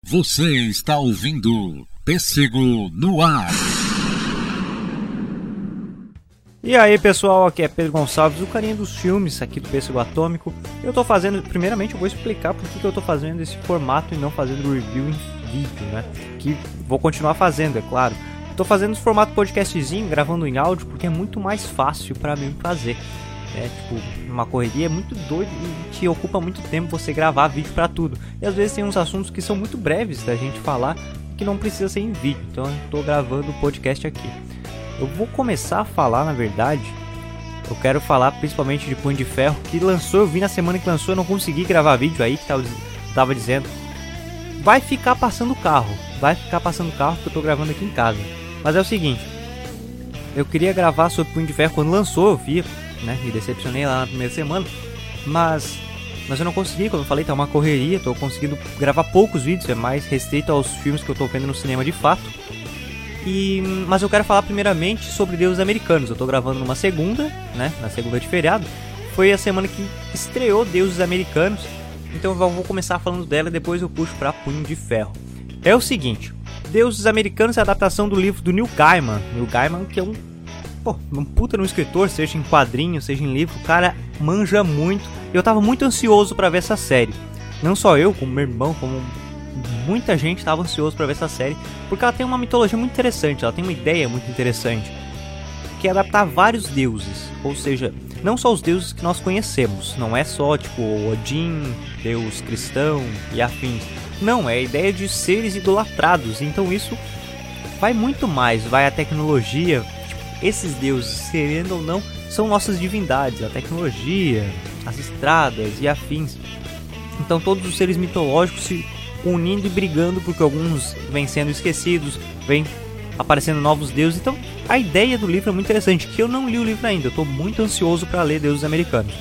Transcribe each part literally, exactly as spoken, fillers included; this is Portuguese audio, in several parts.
Você está ouvindo Pêssego no Ar. E aí pessoal, aqui é Pedro Gonçalves, o carinha dos filmes aqui do Pêssego Atômico. Eu tô fazendo, primeiramente eu vou explicar por que, que eu tô fazendo esse formato e não fazendo review em vídeo, né? Que vou continuar fazendo, é claro. Tô fazendo esse formato podcastzinho, gravando em áudio, porque é muito mais fácil pra mim fazer. É, tipo, uma correria é muito doido e te ocupa muito tempo você gravar vídeo pra tudo. E às vezes tem uns assuntos que são muito breves da gente falar, que não precisa ser em vídeo. Então eu tô gravando o podcast aqui. Eu vou começar a falar, na verdade, eu quero falar principalmente de Punho de Ferro, que lançou, eu vi na semana que lançou, eu não consegui gravar vídeo aí, que tava, tava dizendo. Vai ficar passando o carro, vai ficar passando o carro que eu tô gravando aqui em casa. Mas é o seguinte, eu queria gravar sobre Punho de Ferro quando lançou, eu vi, né, me decepcionei lá na primeira semana, mas, mas eu não consegui, como eu falei, tá uma correria, tô conseguindo gravar poucos vídeos, é mais restrito aos filmes que eu tô vendo no cinema de fato. E, mas eu quero falar primeiramente sobre Deuses Americanos. Eu tô gravando numa segunda, né, na segunda de feriado. Foi a semana que estreou Deuses Americanos, então eu vou começar falando dela e depois eu puxo pra Punho de Ferro. É o seguinte, Deuses Americanos é a adaptação do livro do Neil Gaiman. Neil Gaiman que é um, pô, um puta no escritor, seja em quadrinho, seja em livro, o cara manja muito. Eu tava muito ansioso pra ver essa série. Não só eu, como meu irmão, como muita gente estava ansioso para ver essa série, porque ela tem uma mitologia muito interessante, ela tem uma ideia muito interessante, que é adaptar vários deuses, ou seja, não só os deuses que nós conhecemos, não é só tipo Odin, deus cristão e afins, não, é a ideia de seres idolatrados, então isso vai muito mais, vai a tecnologia, tipo, esses deuses, querendo ou não, são nossas divindades, a tecnologia, as estradas e afins, então todos os seres mitológicos se unindo e brigando porque alguns vêm sendo esquecidos, vêm aparecendo novos deuses. Então a ideia do livro é muito interessante, que eu não li o livro ainda, eu estou muito ansioso para ler Deuses Americanos.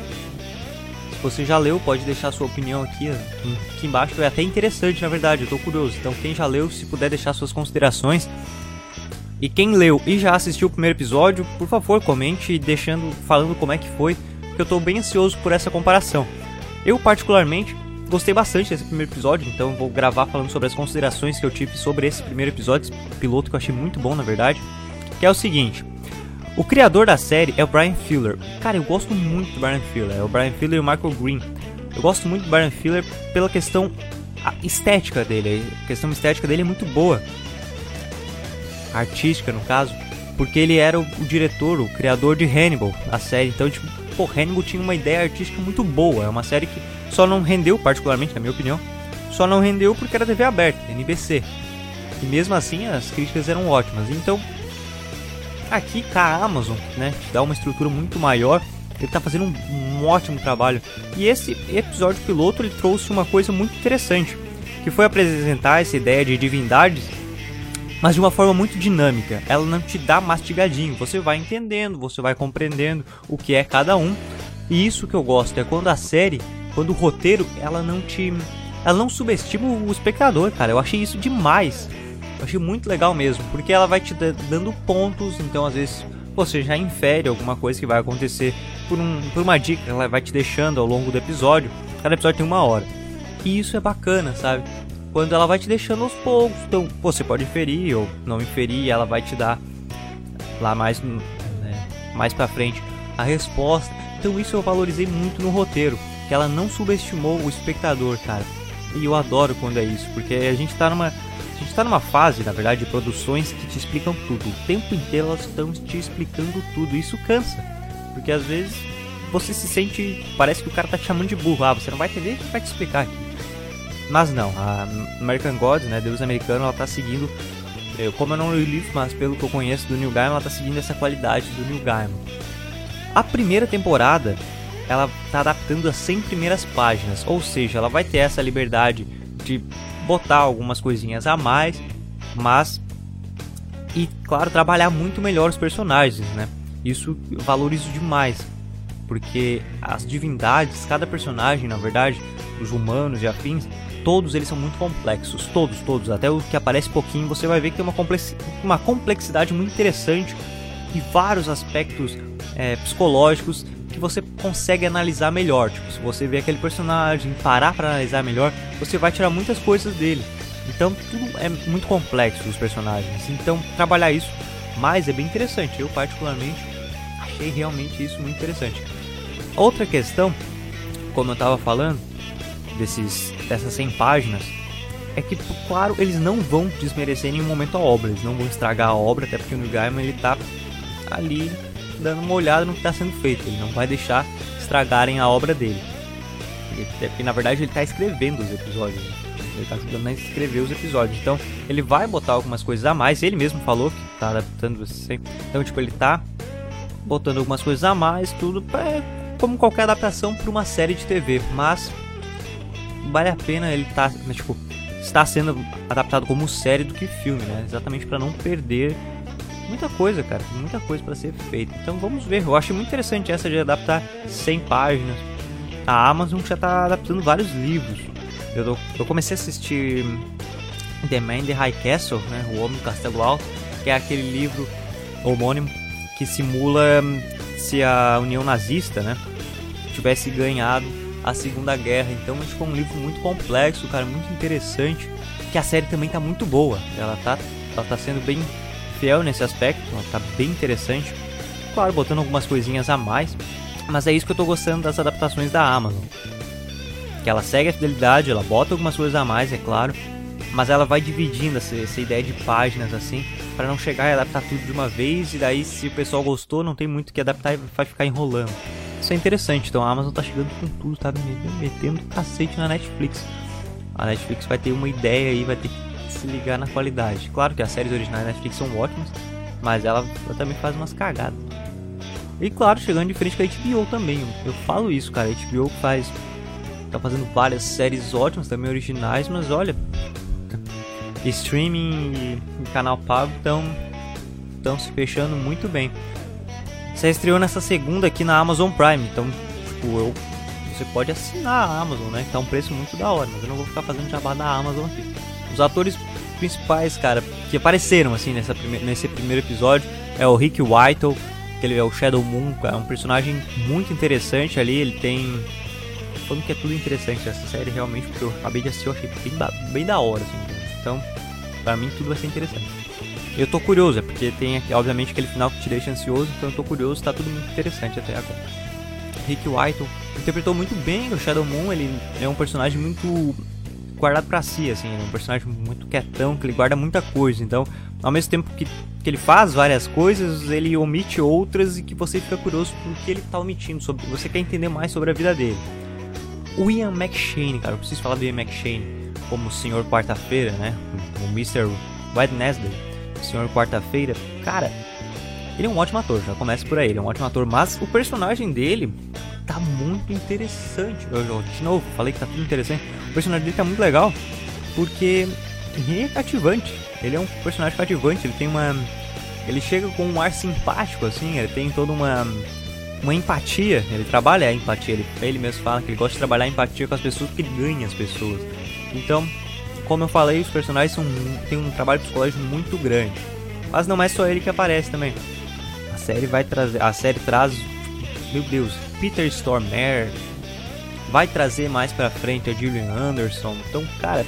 Se você já leu, pode deixar sua opinião aqui, aqui embaixo, é até interessante na verdade, eu estou curioso. Então quem já leu, se puder deixar suas considerações. E quem leu e já assistiu o primeiro episódio, por favor comente deixando, falando como é que foi, porque eu estou bem ansioso por essa comparação. Eu particularmente gostei bastante desse primeiro episódio, então vou gravar falando sobre as considerações que eu tive sobre esse primeiro episódio, esse piloto que eu achei muito bom na verdade, que é o seguinte, o criador da série é o Bryan Fuller. Cara, eu gosto muito do Bryan Fuller, é o Bryan Fuller e o Michael Green. Eu gosto muito do Bryan Fuller pela questão estética dele, a questão estética dele é muito boa, artística no caso, porque ele era o, o diretor, o criador de Hannibal, a série, então tipo, pô, Hannibal tinha uma ideia artística muito boa, é uma série que só não rendeu, particularmente na minha opinião, só não rendeu porque era T V aberta, N B C. E mesmo assim as críticas eram ótimas. Então, aqui com a Amazon, né, te dá uma estrutura muito maior, ele tá fazendo um, um ótimo trabalho. E esse episódio piloto, ele trouxe uma coisa muito interessante, que foi apresentar essa ideia de divindades, mas de uma forma muito dinâmica. Ela não te dá mastigadinho, você vai entendendo, você vai compreendendo o que é cada um. E isso que eu gosto, é quando a série, quando o roteiro, ela não te... ela não subestima o espectador, cara. Eu achei isso demais. Eu achei muito legal mesmo, porque ela vai te dando pontos, então às vezes você já infere alguma coisa que vai acontecer por, um, por uma dica que ela vai te deixando ao longo do episódio. Cada episódio tem uma hora. E isso é bacana, sabe? Quando ela vai te deixando aos poucos, então você pode inferir ou não inferir, e ela vai te dar lá mais, né, mais pra frente a resposta. Então isso eu valorizei muito no roteiro, que ela não subestimou o espectador, cara. E eu adoro quando é isso, porque a gente tá numa, a gente tá numa fase, na verdade, de produções que te explicam tudo. O tempo inteiro elas estão te explicando tudo, e isso cansa, porque às vezes você se sente, parece que o cara tá te chamando de burro, ah, você não vai entender, a gente vai te explicar aqui. Mas não, a American Gods, né, Deus Americano, ela tá seguindo, eu, como eu não li o livro, mas pelo que eu conheço do Neil Gaiman, ela tá seguindo essa qualidade do Neil Gaiman. A primeira temporada, ela tá adaptando as cem primeiras páginas, ou seja, ela vai ter essa liberdade de botar algumas coisinhas a mais, mas, e claro, trabalhar muito melhor os personagens, né, isso eu valorizo demais, porque as divindades, cada personagem, na verdade, os humanos e afins, todos eles são muito complexos, todos, todos, até o que aparece pouquinho, você vai ver que tem uma, complexi- uma complexidade muito interessante e vários aspectos é, psicológicos que você consegue analisar melhor. Tipo, se você vê aquele personagem, parar para analisar melhor, você vai tirar muitas coisas dele. Então tudo é muito complexo, os personagens. Então trabalhar isso mais é bem interessante. Eu particularmente achei realmente isso muito interessante. Outra questão, como eu estava falando, desses, dessas cem páginas, é que, claro, eles não vão desmerecer em nenhum momento a obra. Eles não vão estragar a obra, até porque o Neil Gaiman, ele tá ali dando uma olhada no que está sendo feito. Ele não vai deixar estragarem a obra dele. Ele, porque, na verdade, ele está escrevendo os episódios. Ele está ajudando a escrever os episódios. Então, ele vai botar algumas coisas a mais. Ele mesmo falou que está adaptando você. Então, tipo, ele está botando algumas coisas a mais, tudo pra, como qualquer adaptação para uma série de T V. Mas vale a pena ele tá, né, tipo, está sendo adaptado como série do que filme, né? Exatamente para não perder muita coisa, cara. Muita coisa para ser feita. Então vamos ver. Eu achei muito interessante essa de adaptar cem páginas. A Amazon já tá adaptando vários livros. Eu, tô, eu comecei a assistir The Man in the High Castle, né? O Homem do Castelo Alto, que é aquele livro homônimo que simula se a União Nazista, né, tivesse ganhado a Segunda Guerra. Então é tipo um livro muito complexo, cara, muito interessante, que a série também tá muito boa. Ela tá, ela tá sendo bem fiel nesse aspecto, ela tá bem interessante. Claro, botando algumas coisinhas a mais, mas é isso que eu tô gostando das adaptações da Amazon. Que ela segue a fidelidade, ela bota algumas coisas a mais, é claro, mas ela vai dividindo essa, essa ideia de páginas assim, para não chegar e adaptar tudo de uma vez, e daí se o pessoal gostou, não tem muito o que adaptar e vai ficar enrolando. Isso é interessante. Então a Amazon tá chegando com tudo, tá metendo cacete na Netflix. A Netflix vai ter uma ideia aí, vai ter que se ligar na qualidade. Claro que as séries originais da Netflix são ótimas, mas ela, ela também faz umas cagadas. E claro, chegando de frente com a H B O também. Eu falo isso, cara, a H B O faz, tá fazendo várias séries ótimas, também originais, mas olha, streaming e, e canal pago estão estão se fechando muito bem. Você estreou nessa segunda aqui na Amazon Prime, então tipo, eu, você pode assinar a Amazon, né? Que tá um preço muito da hora, mas eu não vou ficar fazendo jabá da Amazon aqui. Os atores principais, cara, que apareceram assim nessa prime- nesse primeiro episódio é o Rick Whittle, que ele é o Shadow Moon, é um personagem muito interessante ali. Ele tem, falando que é tudo interessante essa série realmente, porque eu acabei de assistir, eu achei bem da, bem da hora assim. Então, pra mim tudo vai ser interessante. Eu tô curioso, é porque tem obviamente aquele final que te deixa ansioso, então eu tô curioso, tá tudo muito interessante até agora. Rick Whittle interpretou muito bem o Shadow Moon. Ele é um personagem muito guardado pra si, assim, ele é um personagem muito quietão, que ele guarda muita coisa, então ao mesmo tempo que, que ele faz várias coisas, ele omite outras e que você fica curioso por que ele tá omitindo, sobre, você quer entender mais sobre a vida dele. O Ian McShane, cara, eu preciso falar do Ian McShane como o senhor Quarta-feira, né, o mister Wednesday, o senhor Quarta-feira, cara, ele é um ótimo ator, já começa por aí, ele é um ótimo ator, mas o personagem dele tá muito interessante. Eu, eu, de novo, falei que tá tudo interessante. O personagem dele tá muito legal, porque ele é cativante, ele é um personagem cativante, ele tem uma... ele chega com um ar simpático, assim, ele tem toda uma... uma empatia, ele trabalha a empatia, ele, ele mesmo fala que ele gosta de trabalhar a empatia com as pessoas, porque ele ganha as pessoas. Então, como eu falei, os personagens são, tem um trabalho psicológico muito grande, mas não é só ele que aparece também. A série vai trazer, a série traz, meu Deus, Peter Stormare, vai trazer mais pra frente a Gillian Anderson. Então, cara,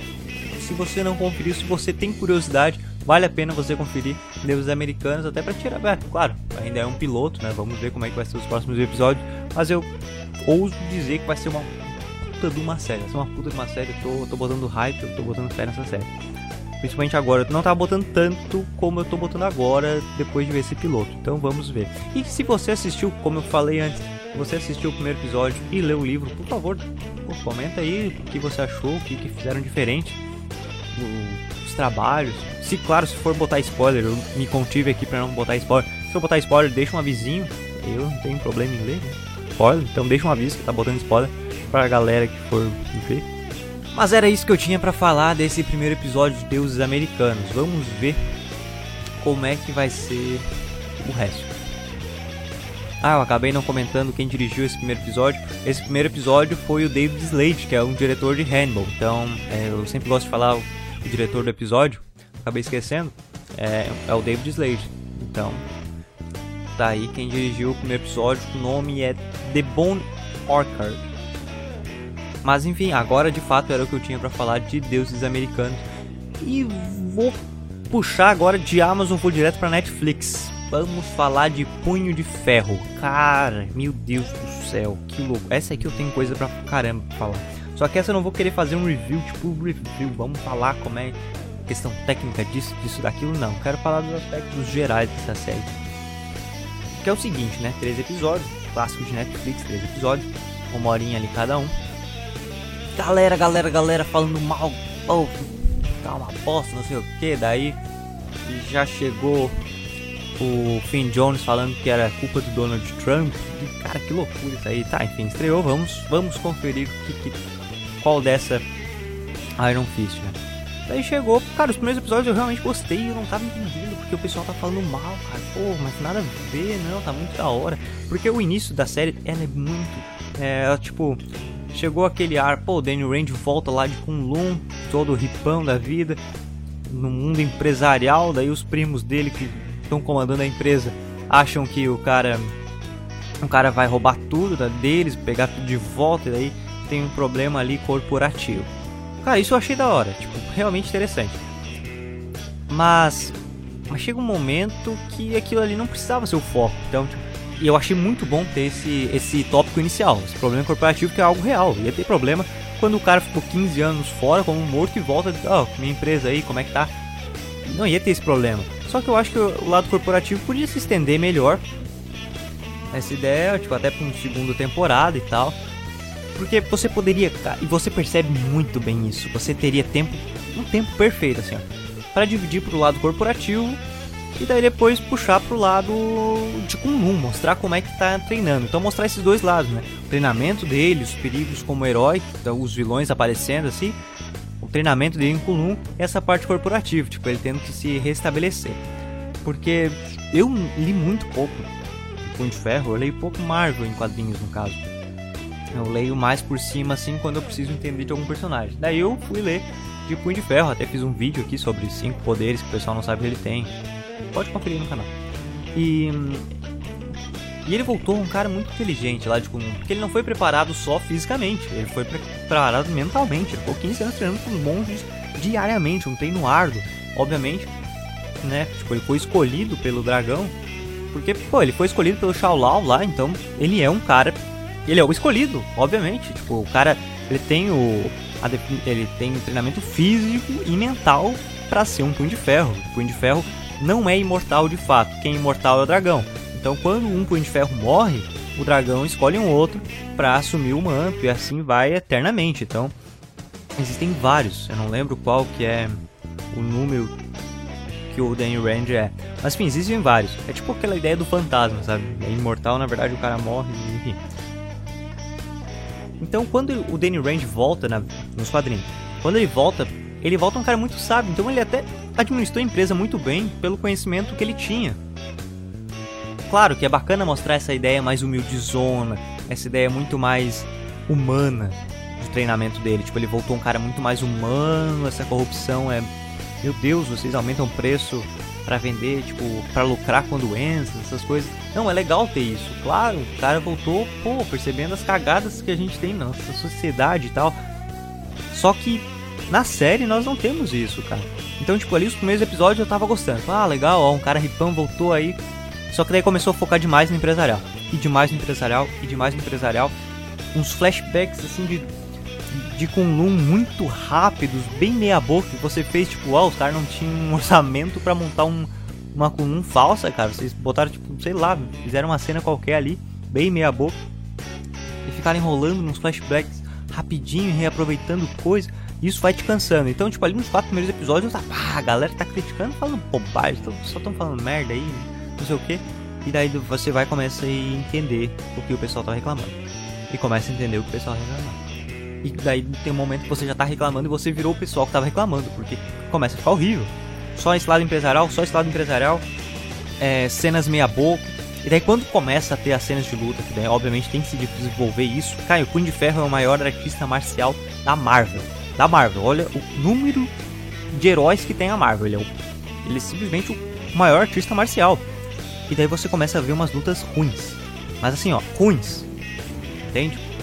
se você não conferiu, se você tem curiosidade, vale a pena você conferir Deuses Americanos, até pra tirar, claro, ainda é um piloto, né, vamos ver como é que vai ser os próximos episódios, mas eu ouso dizer que vai ser uma puta de uma série, vai ser uma puta de uma série. Eu tô, eu tô botando hype, eu tô botando fé nessa série. Principalmente agora, eu não tava botando tanto como eu tô botando agora, depois de ver esse piloto. Então vamos ver. E se você assistiu, como eu falei antes, você assistiu o primeiro episódio e leu o livro, por favor, pô, comenta aí o que você achou, o que, que fizeram diferente, o, os trabalhos. Se, claro, se for botar spoiler, eu me contive aqui pra não botar spoiler. Se for botar spoiler, deixa um avisinho, eu não tenho problema em ler, né? Spoiler, então deixa um aviso que tá botando spoiler pra galera que for ver. Mas era isso que eu tinha pra falar desse primeiro episódio de Deuses Americanos. Vamos ver como é que vai ser o resto. Ah, eu acabei não comentando quem dirigiu esse primeiro episódio. Esse primeiro episódio foi o David Slade, que é um diretor de Hannibal. Então, é, eu sempre gosto de falar o, o diretor do episódio, acabei esquecendo. É, é o David Slade. Então, tá aí quem dirigiu o primeiro episódio. O nome é The Bone Orchard. Mas enfim, agora de fato era o que eu tinha pra falar de deuses americanos. E vou puxar agora de Amazon, vou direto pra Netflix. Vamos falar de Punho de Ferro. Cara, meu Deus do céu, que louco. Essa aqui eu tenho coisa pra caramba pra falar. Só que essa eu não vou querer fazer um review, tipo review, vamos falar como é questão técnica disso, disso, daquilo, não. Quero falar dos aspectos gerais dessa série. Que é o seguinte, né, três episódios, clássico de Netflix, três episódios, uma horinha ali cada um. Galera, galera, galera falando mal, oh, tá uma bosta, não sei o que, daí já chegou o Finn Jones falando que era culpa do Donald Trump. E, cara, que loucura isso aí. Tá, enfim, estreou, vamos, vamos conferir que, que, qual dessa Iron Fist, né. Daí chegou, cara, os primeiros episódios eu realmente gostei, eu não tava entendendo porque o pessoal tá falando mal, cara, pô, mas nada a ver, não, tá muito da hora. Porque o início da série, ela é muito, é, tipo, chegou aquele ar, pô, o Daniel Rand volta lá de Kunlun, todo ripão da vida, no mundo empresarial, daí os primos dele que estão comandando a empresa acham que o cara, o cara vai roubar tudo da deles, pegar tudo de volta, e daí tem um problema ali corporativo. Cara, isso eu achei da hora, tipo, realmente interessante. Mas, mas chega um momento que aquilo ali não precisava ser o foco. Então, tipo, e eu achei muito bom ter esse, esse tópico inicial, esse problema corporativo, que é algo real. Ia ter problema quando o cara ficou quinze anos fora como morto e volta, ó, oh, minha empresa aí, como é que tá? Não ia ter esse problema. Só que eu acho que o lado corporativo podia se estender melhor. Essa ideia, tipo, até pra uma segunda temporada e tal. Porque você poderia, e você percebe muito bem isso, você teria tempo, um tempo perfeito assim, ó, para dividir pro lado corporativo e daí depois puxar pro lado de Kunlun, mostrar como é que tá treinando. Então mostrar esses dois lados, né? O treinamento dele, os perigos como herói, os vilões aparecendo assim, o treinamento dele em Kunlun e essa parte corporativa, tipo, ele tendo que se restabelecer. Porque eu li muito pouco de Punho de Ferro, eu leio pouco Marvel em quadrinhos no caso. Eu leio mais por cima, assim, quando eu preciso entender de algum personagem. Daí eu fui ler de Punho de Ferro, até fiz um vídeo aqui sobre cinco poderes que o pessoal não sabe que ele tem. Pode conferir no canal. E, e ele voltou um cara muito inteligente lá de Kunlun, porque ele não foi preparado só fisicamente, ele foi preparado mentalmente. Ele ficou quinze anos treinando com os monstros diariamente, um treino árduo. Obviamente, né, tipo, ele foi escolhido pelo dragão, porque, pô, ele foi escolhido pelo Shao Lao lá, então ele é um cara... Ele é o escolhido, obviamente. Tipo, o cara, ele tem o a, ele tem um treinamento físico e mental pra ser um Punho de Ferro. O Punho de Ferro não é imortal de fato. Quem é imortal é o dragão. Então, quando um Punho de Ferro morre, o dragão escolhe um outro pra assumir o manto e assim vai eternamente. Então, existem vários. Eu não lembro qual que é o número que o Daniel Rand é. Mas enfim, existem vários. É tipo aquela ideia do fantasma, sabe? É imortal, na verdade o cara morre, enfim. Então, quando o Daniel Rand volta na, nos quadrinhos, quando ele volta, ele volta um cara muito sábio. Então, ele até administrou a empresa muito bem pelo conhecimento que ele tinha. Claro que é bacana mostrar essa ideia mais humildezona, essa ideia muito mais humana de treinamento dele. Tipo, ele voltou um cara muito mais humano, essa corrupção é... Meu Deus, vocês aumentam o preço pra vender, tipo, pra lucrar com doenças, essas coisas. Não, é legal ter isso. Claro, o cara voltou, pô, percebendo as cagadas que a gente tem na nossa sociedade e tal. Só que na série nós não temos isso, cara. Então, tipo, ali os primeiros episódios eu tava gostando. Ah, legal, ó, um cara ripão voltou aí. Só que daí começou a focar demais no empresarial. E demais no empresarial, e demais no empresarial. Uns flashbacks, assim, de... de Kunlun muito rápidos, bem meia boca, que você fez, tipo, ó, os caras não tinham um orçamento pra montar um, uma Kunlun falsa, cara, vocês botaram, tipo, sei lá, fizeram uma cena qualquer ali, bem meia boca, e ficaram enrolando nos flashbacks rapidinho, reaproveitando coisa, e isso vai te cansando. Então, tipo, ali nos quatro primeiros episódios, ah, a galera tá criticando, falando bobagem, só tão falando merda aí, não sei o que, e daí você vai começar a entender o que o pessoal tá reclamando, e começa a entender o que o pessoal tá reclamando. E daí tem um momento que você já tá reclamando e você virou o pessoal que tava reclamando, porque começa a ficar horrível. Só esse lado empresarial, só esse lado empresarial, é, cenas meia boca. E daí quando começa a ter as cenas de luta, que daí obviamente tem que se desenvolver isso. Cara, o Punho de Ferro é o maior artista marcial da Marvel. Da Marvel, olha o número de heróis que tem a Marvel. Ele é, o, ele é simplesmente o maior artista marcial. E daí você começa a ver umas lutas ruins. Mas assim, ó, ruins. Entende?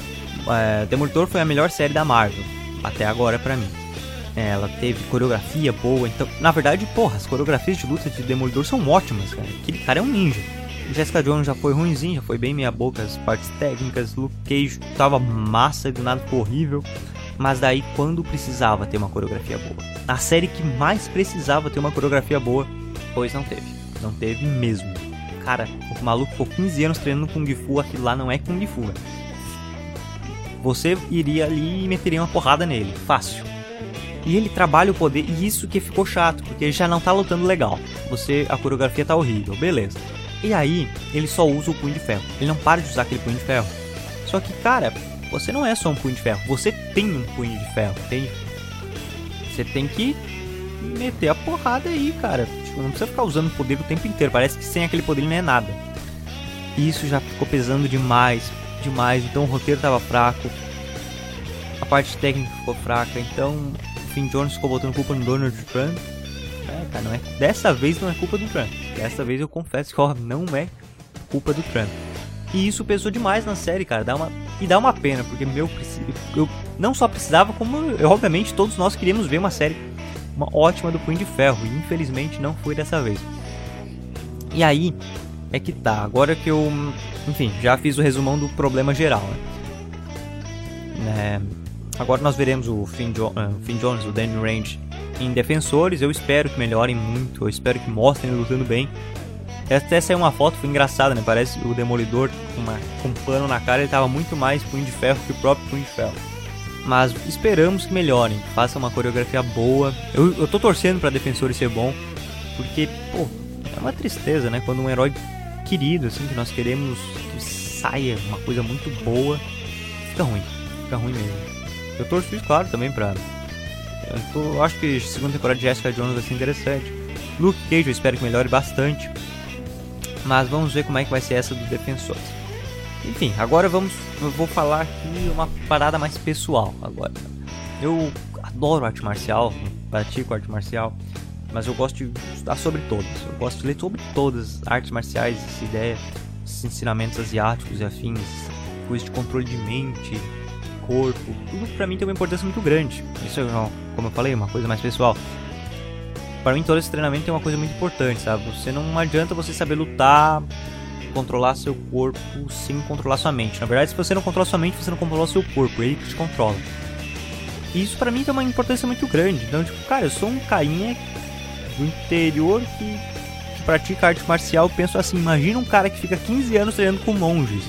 é, Demolidor foi a melhor série da Marvel, até agora pra mim. É, ela teve coreografia boa, então, na verdade, porra, as coreografias de luta de Demolidor são ótimas, cara. Aquele cara é um ninja. Jessica Jones já foi ruimzinho, já foi bem meia boca, as partes técnicas, Luke Cage tava massa, do nada ficou horrível. Mas daí, quando precisava ter uma coreografia boa, a série que mais precisava ter uma coreografia boa, pois não teve. Não teve mesmo. Cara, o maluco ficou quinze anos treinando Kung Fu, aquilo lá não é Kung Fu, velho. Você iria ali e meteria uma porrada nele, fácil. E ele trabalha o poder, e isso que ficou chato, porque ele já não tá lutando legal. Você, a coreografia tá horrível, beleza. E aí, ele só usa o punho de ferro. Ele não para de usar aquele punho de ferro. Só que, cara, você não é só um punho de ferro. Você tem um punho de ferro, tem. Você tem que meter a porrada aí, cara. Tipo, não precisa ficar usando o poder o tempo inteiro. Parece que sem aquele poder ele não é nada. E isso já ficou pesando demais, demais. Então o roteiro tava fraco. A parte técnica ficou fraca. Então o Finn Jones ficou botando culpa no Donald Trump. É, cara, não é. Dessa vez não é culpa do Trump. Dessa vez eu confesso que ó, não é culpa do Trump. E isso pesou demais na série, cara. Dá uma... E dá uma pena, porque meu, eu não só precisava, como eu, obviamente todos nós queríamos ver uma série, uma ótima do Punho de Ferro. E infelizmente não foi dessa vez. E aí é que tá. Agora que eu, enfim, já fiz o resumão do problema geral, né? É, agora nós veremos o Finn, jo uh, Finn Jones, o Danny Rand em Defensores. Eu espero que melhorem muito. Eu espero que mostrem ele lutando bem. Até saiu uma foto, foi engraçada, né? Parece o Demolidor com, uma, com um pano na cara. Ele tava muito mais Punho de Ferro que o próprio Punho de Ferro. Mas esperamos que melhorem, que façam uma coreografia boa. Eu, eu tô torcendo pra Defensores ser bom, porque, pô, é uma tristeza, né? Quando um herói querido, assim, que nós queremos que saia uma coisa muito boa, fica ruim, fica ruim mesmo. Eu torço isso, claro, também pra... Eu, tô, eu acho que a segunda temporada de Jessica Jones vai ser interessante. Luke Cage eu espero que melhore bastante. Mas vamos ver como é que vai ser essa dos Defensores. Enfim, agora vamos, eu vou falar aqui uma parada mais pessoal agora. Eu adoro arte marcial, pratico arte marcial, mas eu gosto de estudar sobre todas. Eu gosto de ler sobre todas as artes marciais, essa ideia, esses ensinamentos asiáticos e afins, coisas de controle de mente, corpo, tudo pra mim tem uma importância muito grande. Isso, como eu falei, é uma coisa mais pessoal. Para mim todo esse treinamento tem uma coisa muito importante, sabe? Você não adianta você saber lutar, controlar seu corpo sem controlar sua mente. Na verdade, se você não controla sua mente, você não controla seu corpo, é ele que te controla. E isso pra mim tem uma importância muito grande. Então, tipo, cara, eu sou um carinha do interior que, que pratica arte marcial. Eu penso assim, imagina um cara que fica quinze anos treinando com monges.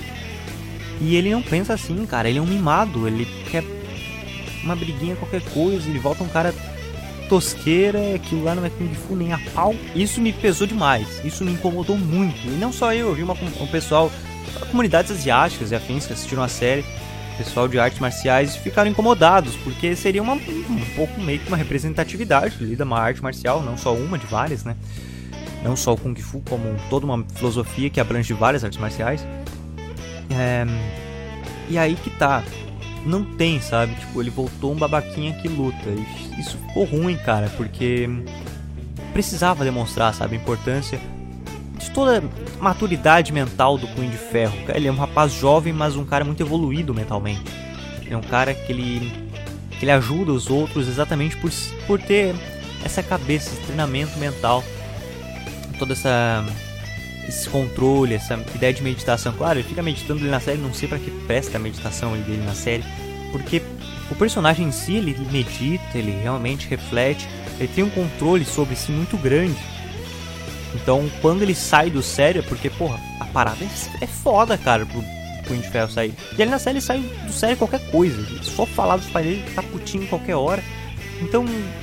E ele não pensa assim, cara, ele é um mimado, ele quer uma briguinha, qualquer coisa, ele volta um cara... tosqueira, aquilo lá não é Kung Fu nem a pau. Isso me pesou demais, isso me incomodou muito. E não só eu, eu vi uma, um pessoal, comunidades asiáticas e afins que assistiram a série, pessoal de artes marciais, ficaram incomodados, porque seria uma, um pouco meio que uma representatividade ali da uma arte marcial, não só uma, de várias, né? Não só o Kung Fu, como toda uma filosofia que abrange várias artes marciais. É... E aí que tá. Não tem, sabe? Tipo, ele voltou um babaquinha que luta. E isso ficou ruim, cara, porque precisava demonstrar, sabe, a importância de toda a maturidade mental do Punho de Ferro. Ele é um rapaz jovem, mas um cara muito evoluído mentalmente. Ele é um cara que ele, que ele ajuda os outros exatamente por, por ter essa cabeça, esse treinamento mental, toda essa... esse controle, essa ideia de meditação. Claro, ele fica meditando ali na série, não sei pra que presta a meditação dele na série, porque o personagem em si, ele medita, ele realmente reflete, ele tem um controle sobre si muito grande. Então, quando ele sai do sério, é porque, porra, a parada é, é foda, cara, pro Punho de Ferro sair. E ali na série ele sai do sério qualquer coisa, só falar dos pais dele, tá putinho qualquer hora. Então,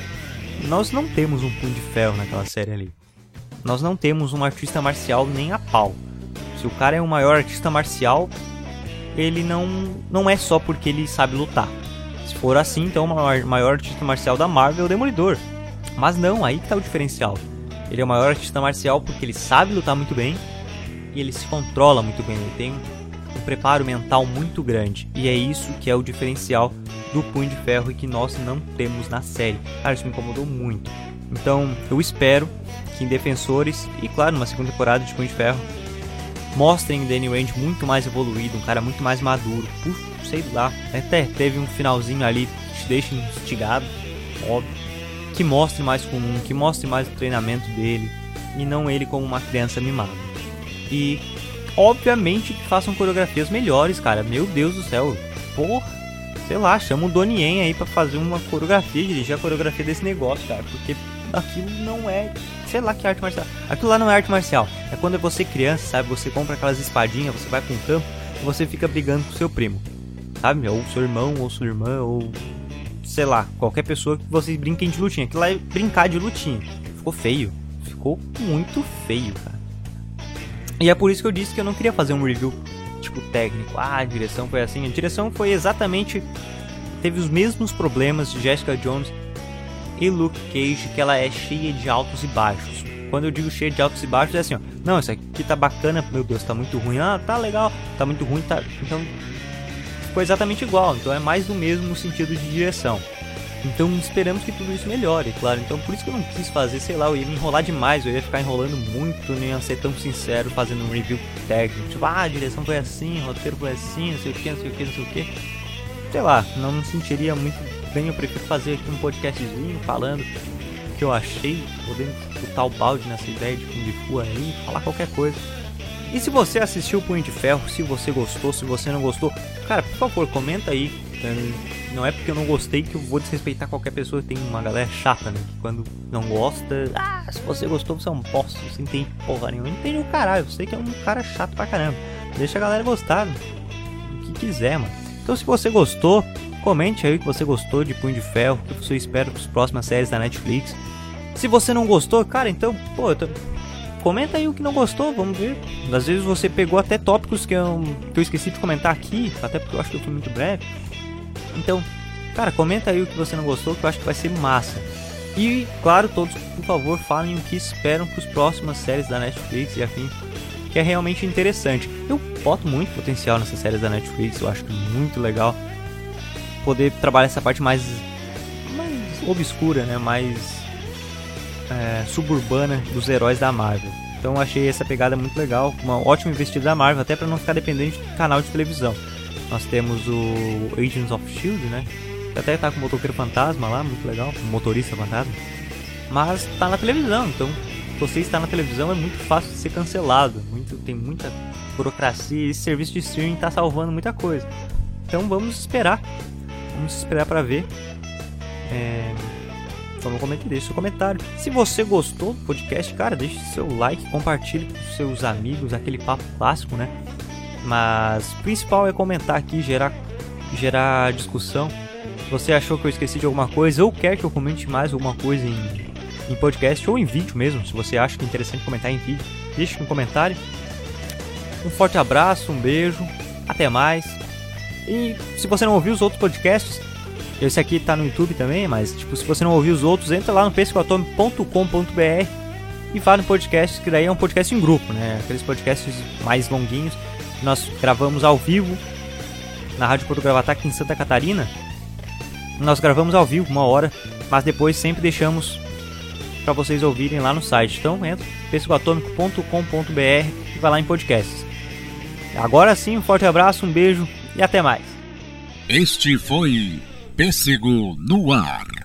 nós não temos um Punho de Ferro naquela série ali. Nós não temos um artista marcial nem a pau. Se o cara é o maior artista marcial, ele não, não é só porque ele sabe lutar. Se for assim, então o maior, maior artista marcial da Marvel é o Demolidor. Mas não, aí que tá o diferencial. Ele é o maior artista marcial porque ele sabe lutar muito bem e ele se controla muito bem. Ele tem um preparo mental muito grande. E é isso que é o diferencial do Punho de Ferro e que nós não temos na série. Cara, isso me incomodou muito. Então, eu espero que em Defensores, e claro, numa segunda temporada de Punho de Ferro, mostrem o Danny Rand muito mais evoluído, um cara muito mais maduro, por, sei lá, até teve um finalzinho ali que te deixa instigado, óbvio, que mostre mais comum, que mostre mais o treinamento dele, e não ele como uma criança mimada. E, obviamente, que façam coreografias melhores, cara, meu Deus do céu, porra, sei lá, chama o Donnie Yen aí pra fazer uma coreografia, dirigir a coreografia desse negócio, cara, porque aquilo não é, sei lá que arte marcial, aquilo lá não é arte marcial, é quando você é criança, sabe, você compra aquelas espadinhas, você vai pra um campo e você fica brigando com seu primo, sabe, ou seu irmão, ou sua irmã, ou sei lá, qualquer pessoa que vocês brinquem de lutinha, aquilo lá é brincar de lutinha, ficou feio, ficou muito feio, cara, e é por isso que eu disse que eu não queria fazer um review tipo técnico, ah, a direção foi assim, a direção foi exatamente, teve os mesmos problemas de Jessica Jones e Luke Cage, que ela é cheia de altos e baixos. Quando eu digo cheia de altos e baixos é assim, ó, não, isso aqui tá bacana, meu Deus, tá muito ruim, ah, tá legal, tá muito ruim, tá, então ficou exatamente igual, então é mais do mesmo no sentido de direção. Então esperamos que tudo isso melhore, claro, então por isso que eu não quis fazer, sei lá, eu ia me enrolar demais, eu ia ficar enrolando muito, não ia ser tão sincero fazendo um review técnico, tipo, ah, a direção foi assim, o roteiro foi assim, não sei o que, não sei o que, não sei o que, sei lá, não me sentiria muito bem, eu prefiro fazer aqui um podcastzinho falando o que eu achei, podendo chutar o balde nessa ideia de Kung Fu aí, falar qualquer coisa. E se você assistiu o Punho de Ferro, se você gostou, se você não gostou, cara, por favor, comenta aí. Não é porque eu não gostei que eu vou desrespeitar qualquer pessoa. Tem uma galera chata, né, que quando não gosta, ah, se você gostou você é um bosta, você não entende porra nenhuma. Não entende o caralho, eu sei que é um cara chato pra caramba. Deixa a galera gostar, o que quiser, mano. Então se você gostou, comente aí o que você gostou de Punho de Ferro, o que você espera para as próximas séries da Netflix. Se você não gostou, cara, então, pô, tô... comenta aí o que não gostou, vamos ver. Às vezes você pegou até tópicos que eu, que eu esqueci de comentar aqui, até porque eu acho que eu fui muito breve. Então, cara, comenta aí o que você não gostou, que eu acho que vai ser massa. E, claro, todos, por favor, falem o que esperam para as próximas séries da Netflix e afim, que é realmente interessante. Eu boto muito potencial nessas séries da Netflix, eu acho que é muito legal poder trabalhar essa parte mais, mais obscura, né, mais é, suburbana dos heróis da Marvel. Então eu achei essa pegada muito legal, uma ótima investida da Marvel, até para não ficar dependente de canal de televisão. Nós temos o Agents of Shield, né? Que até tá com o motoqueiro fantasma lá, muito legal, o motorista fantasma. Mas tá na televisão, então se você está na televisão é muito fácil de ser cancelado. Muito, tem muita burocracia e esse serviço de streaming tá salvando muita coisa. Então vamos esperar. Vamos esperar pra ver. É... Só não comente, deixe seu comentário. Se você gostou do podcast, cara, deixe seu like, compartilhe com seus amigos, aquele papo clássico, né? Mas o principal é comentar aqui, gerar, gerar discussão. Se você achou que eu esqueci de alguma coisa ou quer que eu comente mais alguma coisa em, em podcast ou em vídeo mesmo, se você acha que é interessante comentar em vídeo, deixe um comentário. Um forte abraço, um beijo, até mais. E se você não ouviu os outros podcasts, esse aqui tá no YouTube também, mas tipo, se você não ouviu os outros, entra lá no pêssego atômico ponto com ponto b r e vá no podcast, que daí é um podcast em grupo, né? Aqueles podcasts mais longuinhos. Nós gravamos ao vivo na Rádio Porto Gravatá aqui em Santa Catarina. Nós gravamos ao vivo uma hora, mas depois sempre deixamos para vocês ouvirem lá no site. Então entra pêssego atômico ponto com ponto b r e vai lá em podcasts. Agora sim, um forte abraço, um beijo e até mais. Este foi Pêssego no Ar.